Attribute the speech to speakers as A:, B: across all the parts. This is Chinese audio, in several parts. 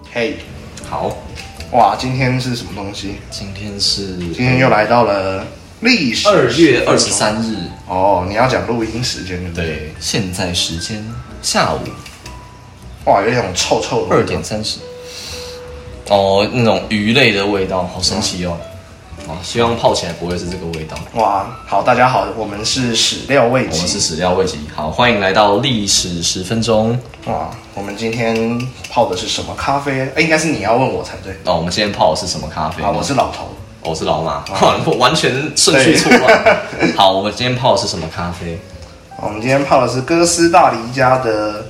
A: 嘿，
B: 好，
A: 哇，今天是什么东西？
B: 今天
A: 又来到了历史
B: 2月23日。
A: 哦，你要讲录音时间对不对？
B: 对，现在时间下午。
A: 哇，有一种臭臭的
B: 2点30。哦，那种鱼类的味道，好神奇哦。希望泡起来不会是这个味道。
A: 哇，好，大家好，我们是史料味集。
B: 我们是史料味集。好，欢迎来到历史10分钟。
A: 哇，我们今天泡的是什么咖啡？应该是你要问我才对。
B: 哦，我们今天泡的是什么咖啡？
A: 我是老头。
B: 我是老马，完全顺序错乱。好，我们今天泡的是什么咖啡？
A: 我们今天泡的是哥斯达黎加的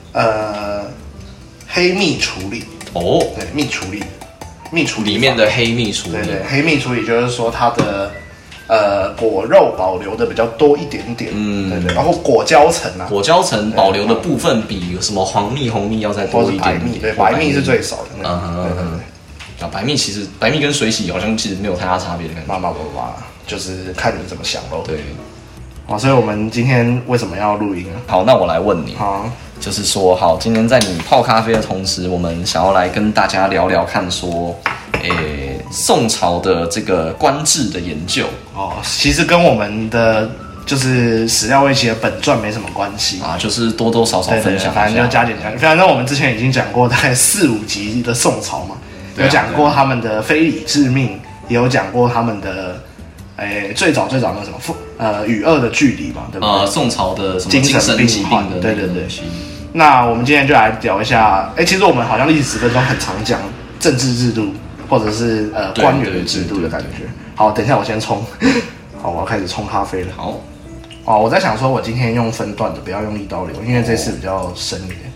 A: 黑蜜处理。
B: 哦，
A: 对，蜜处理
B: 里面的黑蜜处理。
A: 对，黑蜜处理就是说它的果肉保留的比较多一点点。对，然后果胶层啊，
B: 果胶层保留的部分比什么黄蜜、红蜜要再多一点。
A: 白蜜，对，白蜜是最少的。
B: 对，白蜜其实跟水洗好像其实没有太大差别的感觉。
A: 就是看你怎么想咯。
B: 对，
A: 所以我们今天为什么要录音啊？
B: 好，那我来问你。
A: 好，
B: 就是说，好，今天在你泡咖啡的同时，我们想要来跟大家聊聊看，说，宋朝的这个官制的研究。
A: 其实跟我们的就是史料味集的本传没什么关系
B: 啊，就是多多少少分享一下，
A: 反正就加减。反正我们之前已经讲过大概4、5集的宋朝嘛，有讲过他们的非礼致命，也有讲过他们的。最早那什么与恶的距离嘛，对不对？
B: 宋朝的什么
A: 精神
B: 疾病的，
A: 对。那我们今天就来聊一下，其实我们好像历史10分钟很常讲政治制度或者是官员的制度的感觉。好，等一下我先冲，好，我要开始冲咖啡了。
B: 好，
A: 我在想说，我今天用分段的，不要用一刀流，因为这次比较深一点。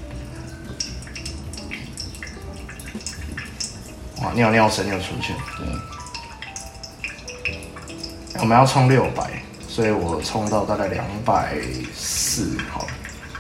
A: 哇，尿声又出现，对。我们要冲600，所以我冲到大概240好了。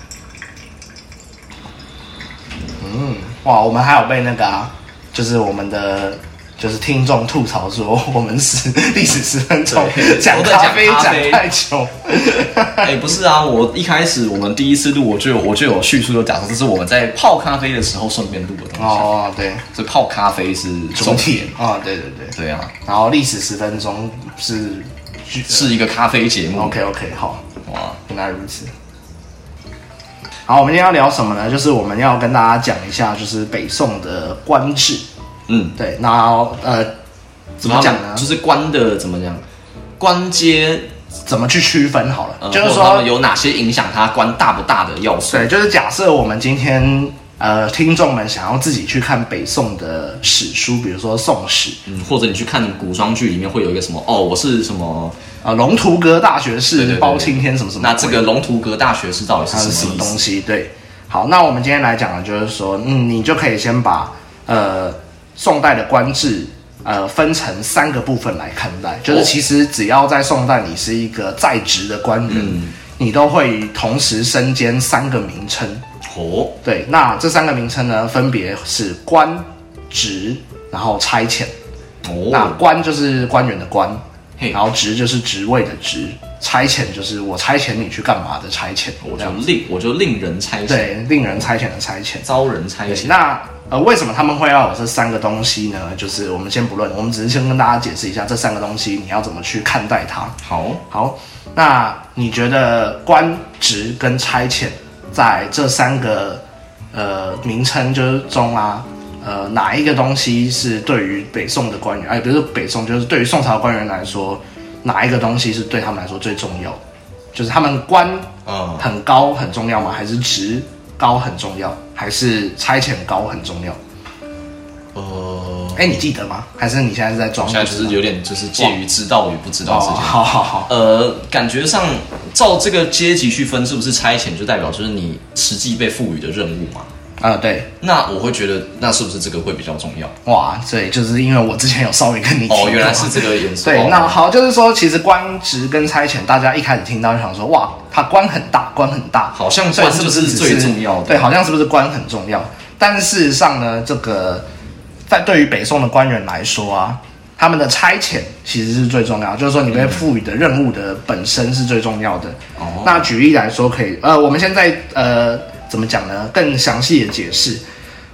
A: 哇，我们还有被那个就是我们的就是听众吐槽说我们历史10分钟讲咖啡讲太久。
B: 不是啊，我一开始我们第一次录我就有叙述的讲说这是我们在泡咖啡的时候顺便录的东西。
A: 对，
B: 这泡咖啡是
A: 主体对啊。然后历史10分钟
B: 是一个咖啡节目。
A: OK， 好，哇，原来如此。好，我们今天要聊什么呢？就是我们要跟大家讲一下，就是北宋的官制。对，那怎么讲呢？
B: 就是官的怎么讲？官阶
A: 怎么去区分好了？就是
B: 说有哪些影响它官大不大的要素？
A: 对，就是假设我们今天听众们想要自己去看北宋的史书，比如说《宋史》，
B: 或者你去看古装剧里面会有一个什么我是什么
A: 龙图阁大学士包青天什么什么。
B: 那这个龙图阁大学士到底是什么
A: 东西？对，好，那我们今天来讲的就是说，你就可以先把宋代的官制分成3个部分来看待，就是其实只要在宋代你是一个在职的官员，你都会同时身兼3个名称。对，那这3个名称呢，分别是官、职，然后差遣。那官就是官员的官，然后职就是职位的职，差遣就是我差遣你去干嘛的差遣。
B: 我就令人差遣。
A: 对，令人差遣的差遣，
B: 招人差遣。
A: 那为什么他们会要有这3个东西呢？就是我们先不论，我们只是先跟大家解释一下这3个东西你要怎么去看待它。好，那你觉得官、职跟差遣在这3个名称就是中哪一个东西是对于北宋的官员，不是北宋，就是对于宋朝官员来说，哪一个东西是对他们来说最重要的？就是他们官很高很重要吗？还是职高很重要？还是差遣高很重要？你记得吗？还是你现在是在装？
B: 现在就是有点就是介于知道与不知道之间。
A: 好。
B: 感觉上照这个阶级去分，是不是差遣就代表就是你实际被赋予的任务嘛？
A: 对。
B: 那我会觉得，那是不是这个会比较重要？
A: 哇，对，就是因为我之前有稍微跟你提
B: 原来是这个元素。
A: 对，那好，就是说，其实官职跟差遣，大家一开始听到就想说，哇，他官很大，
B: 好像官是不是最重要的？
A: 对，好像是不是官很重要？但事实上呢，这个在对于北宋的官员来说他们的差遣其实是最重要的，就是说你被赋予的任务的本身是最重要的。那举例来说，可以我们现在怎么讲呢？更详细的解释，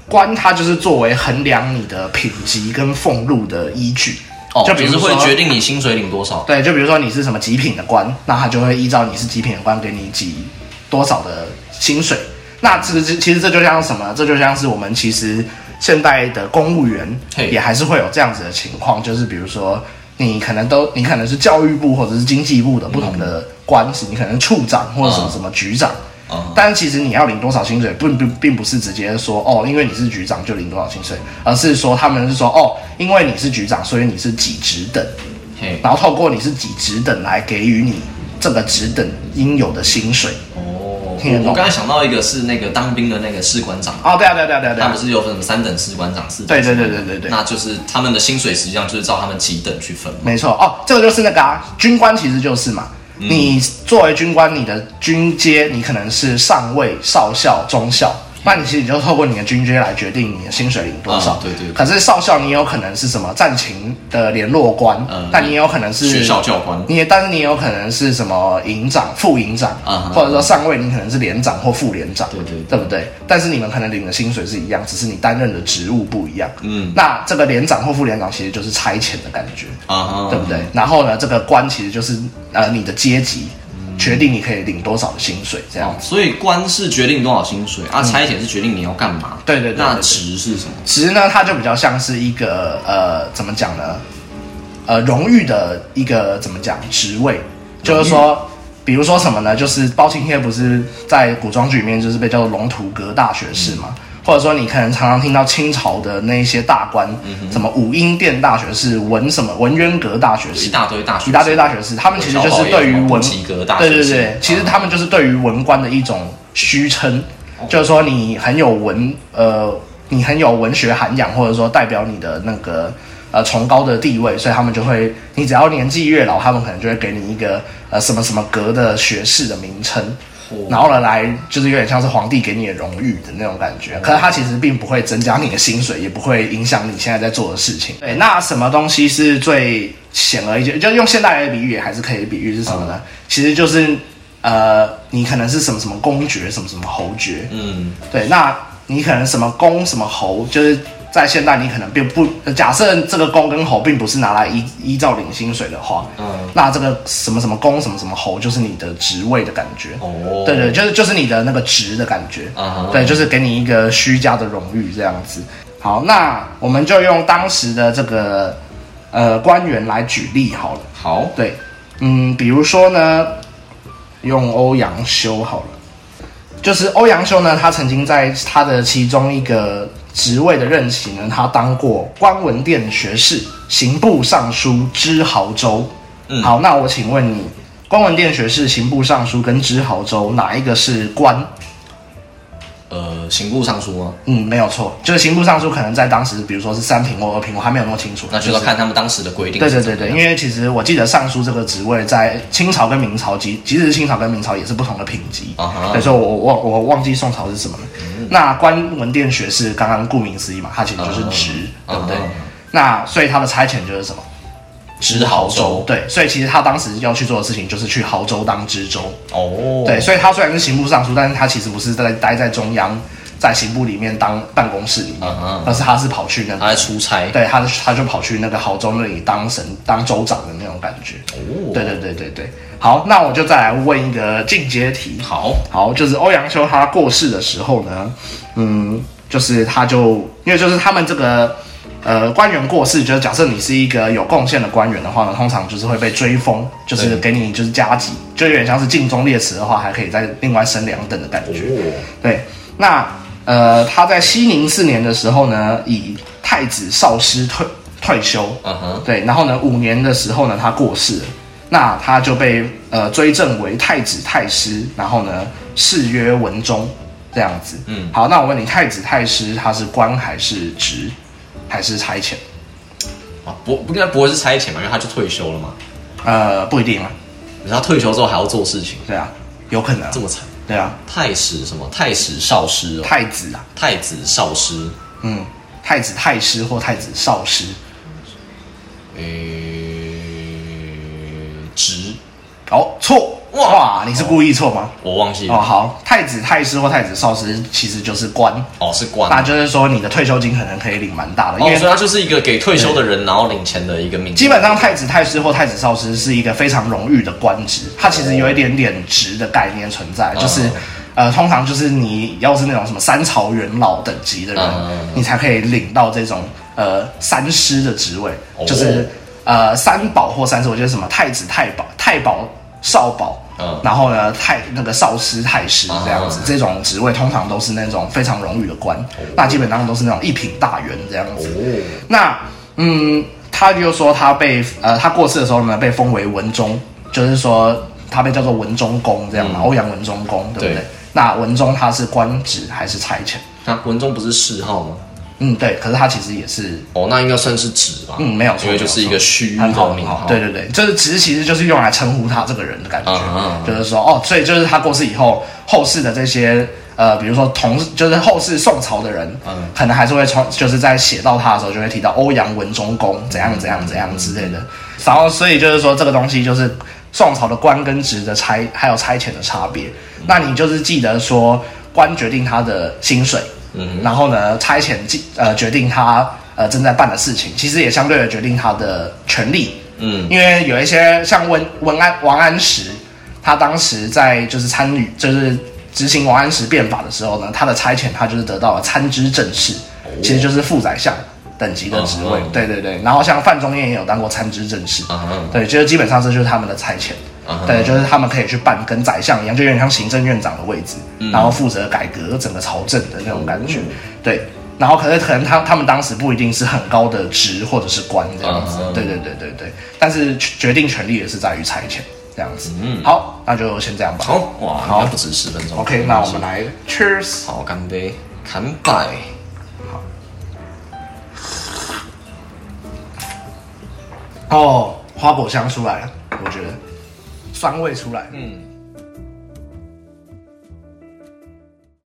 A: 官它就是作为衡量你的品级跟俸禄的依据。
B: 就比如说会决定你薪水领多少。
A: 对，就比如说你是什么极品的官，那他就会依照你是极品的官给你多少的薪水。那其实这就像什么？这就像是我们其实现代的公务员也还是会有这样子的情况，就是比如说你可能是教育部或者是经济部的不同的官职，你可能是处长或者什么局长。但是其实你要领多少薪水，并不是直接说哦，因为你是局长就领多少薪水，而是说他们是说哦，因为你是局长，所以你是几职等，然后透过你是几职等来给予你这个职等应有的薪水。
B: 我刚才想到一个是那个当兵的那个士官长。
A: 对啊，
B: 他不是有分什么3等士官长、4等？
A: 对，那
B: 就是他们的薪水实际上就是照他们几等去分。
A: 没错这个就是那个军官其实就是嘛。你作为军官，你的军阶你可能是上尉、少校、中校，那你其实就透过你的军阶来决定你的薪水领多少。
B: 对。
A: 可是少校你有可能是什么战情的联络官，但你也有可能是
B: 学校教官，
A: 但是你也有可能是什么营长、副营长，或者说上尉你可能是连长或副连长，对不对？但是你们可能领的薪水是一样，只是你担任的职务不一样。那这个连长或副连长其实就是差遣的感觉，对不对？然后呢，这个官其实就是你的阶级。决定你可以领多少的薪水，这样。
B: 所以官是决定多少薪水差遣是决定你要干嘛。
A: 对。
B: 那职是什么？
A: 职呢，它就比较像是一个怎么讲呢？荣誉的一个怎么讲职位，就是说，比如说什么呢？就是包青天不是在古装剧里面就是被叫做龙图阁大学士嘛？或者说你可能常常听到清朝的那些大官，什么武英殿大学士、文渊阁大学士，
B: 一大堆大
A: 学士，他们其实就是对于文
B: 阁大学士，
A: 对，其实他们就是对于文官的一种虚称，就是说你很有你很有文学涵养，或者说代表你的那个崇高的地位，所以他们就会，你只要年纪越老，他们可能就会给你一个什么什么阁的学士的名称。然后呢，来就是有点像是皇帝给你的荣誉的那种感觉，可是它其实并不会增加你的薪水，也不会影响你现在在做的事情。对，那什么东西是最显而易见，就用现代来的比喻也还是可以比喻是什么呢？其实就是你可能是什么什么公爵，什么什么侯爵，对，那你可能什么公什么侯，就是在现代你可能并不假设这个公跟侯并不是拿来依照领薪水的话，那这个什么什么公什么什么侯就是你的职位的感觉，对，就是你的那个职的感觉，对，就是给你一个虚假的荣誉这样子。好，那我们就用当时的这个官员来举例好了。
B: 好，
A: 对，比如说呢，用欧阳修好了。就是欧阳修呢，他曾经在他的其中一个职位的任期呢，他当过官文殿学士、刑部尚书、知豪州。好，那我请问你，官文殿学士、刑部尚书跟知豪州哪一个是官？
B: 刑部尚书吗？
A: 没有错，就是刑部尚书可能在当时，比如说是3品或2品，我还没有那么清楚。
B: 那就要看他们当时的规定。
A: 对，因为其实我记得尚书这个职位在清朝跟明朝，即使是清朝跟明朝也是不同的品级。所以说我忘记宋朝是什么了。那官文殿学士，刚刚顾名思义嘛，它其实就是职，对不对？那所以他的差遣就是什么？
B: 知豪州。
A: 对，所以其实他当时要去做的事情就是去豪州当知州。对，所以他虽然是刑部尚书，但是他其实不是待在中央，在刑部里面当办公室里面，而是他是跑去那个，
B: 他在出差。
A: 对，他就跑去那个豪州那里当州长的那种感觉。对。好，那我就再来问一个进阶题。好，就是欧阳修他过世的时候呢，就是因为就是他们这个。官员过世，就是假设你是一个有贡献的官员的话呢，通常就是会被追封，就是给你就是加级，就有点像是尽忠烈祠的话，还可以再另外升2等的感觉。对，那他在熙宁4年的时候呢，以太子少师退休，对，然后呢5年的时候呢，他过世了，那他就被追赠为太子太师，然后呢谥曰文忠，这样子。好，那我问你，太子太师他是官还是职？还是差遣？
B: 应该不会是差遣嘛，因为他就退休了嘛。
A: 不一定啊。
B: 可是他退休之后还要做事情。
A: 对啊，有可能、啊。
B: 这么惨。
A: 对啊。
B: 太史什么？太史少师。
A: 太子啊。
B: 太子少师。
A: 太子太师或太子少师。
B: 职。
A: 错。 哇，你是故意错吗？
B: 我忘记了。
A: 哦，好，太子太师或太子少师其实就是官。
B: 哦，是官。
A: 那就是说你的退休金可能可以领蛮大的，因为
B: 所以它就是一个给退休的人然后领钱的一个名。
A: 基本上太子太师或太子少师是一个非常荣誉的官职，它其实有一点点职的概念存在，就是通常就是你要是那种什么三朝元老等级的人，你才可以领到这种三师的职位，就是三宝或三师，我觉得什么太子太保、太保、少保。然后呢，那个少师、太师这样子，这种职位通常都是那种非常荣誉的官，那基本上都是那种一品大员这样子。那他就说他过世的时候呢，被封为文忠，就是说他被叫做文忠公这样嘛，欧阳文忠公，对不对？那文忠他是官职还是差遣？
B: 那文忠不是谥号吗？
A: 对，可是他其实也是
B: 那应该算是职吧？没有错，因为就是一个虚的名号。
A: 对对对，就是职其实就是用来称呼他这个人的感觉，就是说所以就是他过世以后，后世的这些比如说就是后世宋朝的人，可能还是会就是在写到他的时候就会提到欧阳文忠公怎样怎样怎样之类的，然后所以就是说这个东西就是宋朝的官跟职的还有差遣的差别。那你就是记得说官决定他的薪水。然后呢，差遣决定他正在办的事情，其实也相对的决定他的权利。因为有一些像王安石，他当时在就是参与就是执行王安石变法的时候呢，他的差遣他就是得到了参知政事，其实就是副宰相等级的职位。对对对，然后像范仲淹也有当过参知政事。对，就是基本上这就是他们的差遣。对，就是他们可以去办跟宰相一样，就有点像行政院长的位置，然后负责改革整个朝政的那种感觉。对，然后可能他们当时不一定是很高的职或者是官这样子。对对对对对，但是决定权力也是在于差遣这样子。好，那就先这样吧。
B: 好，哇，应该不止10分钟。
A: OK， 那我们来 Cheers，
B: 好，干杯，乾杯。
A: 好，花果香出来了，我觉得酸味出来了。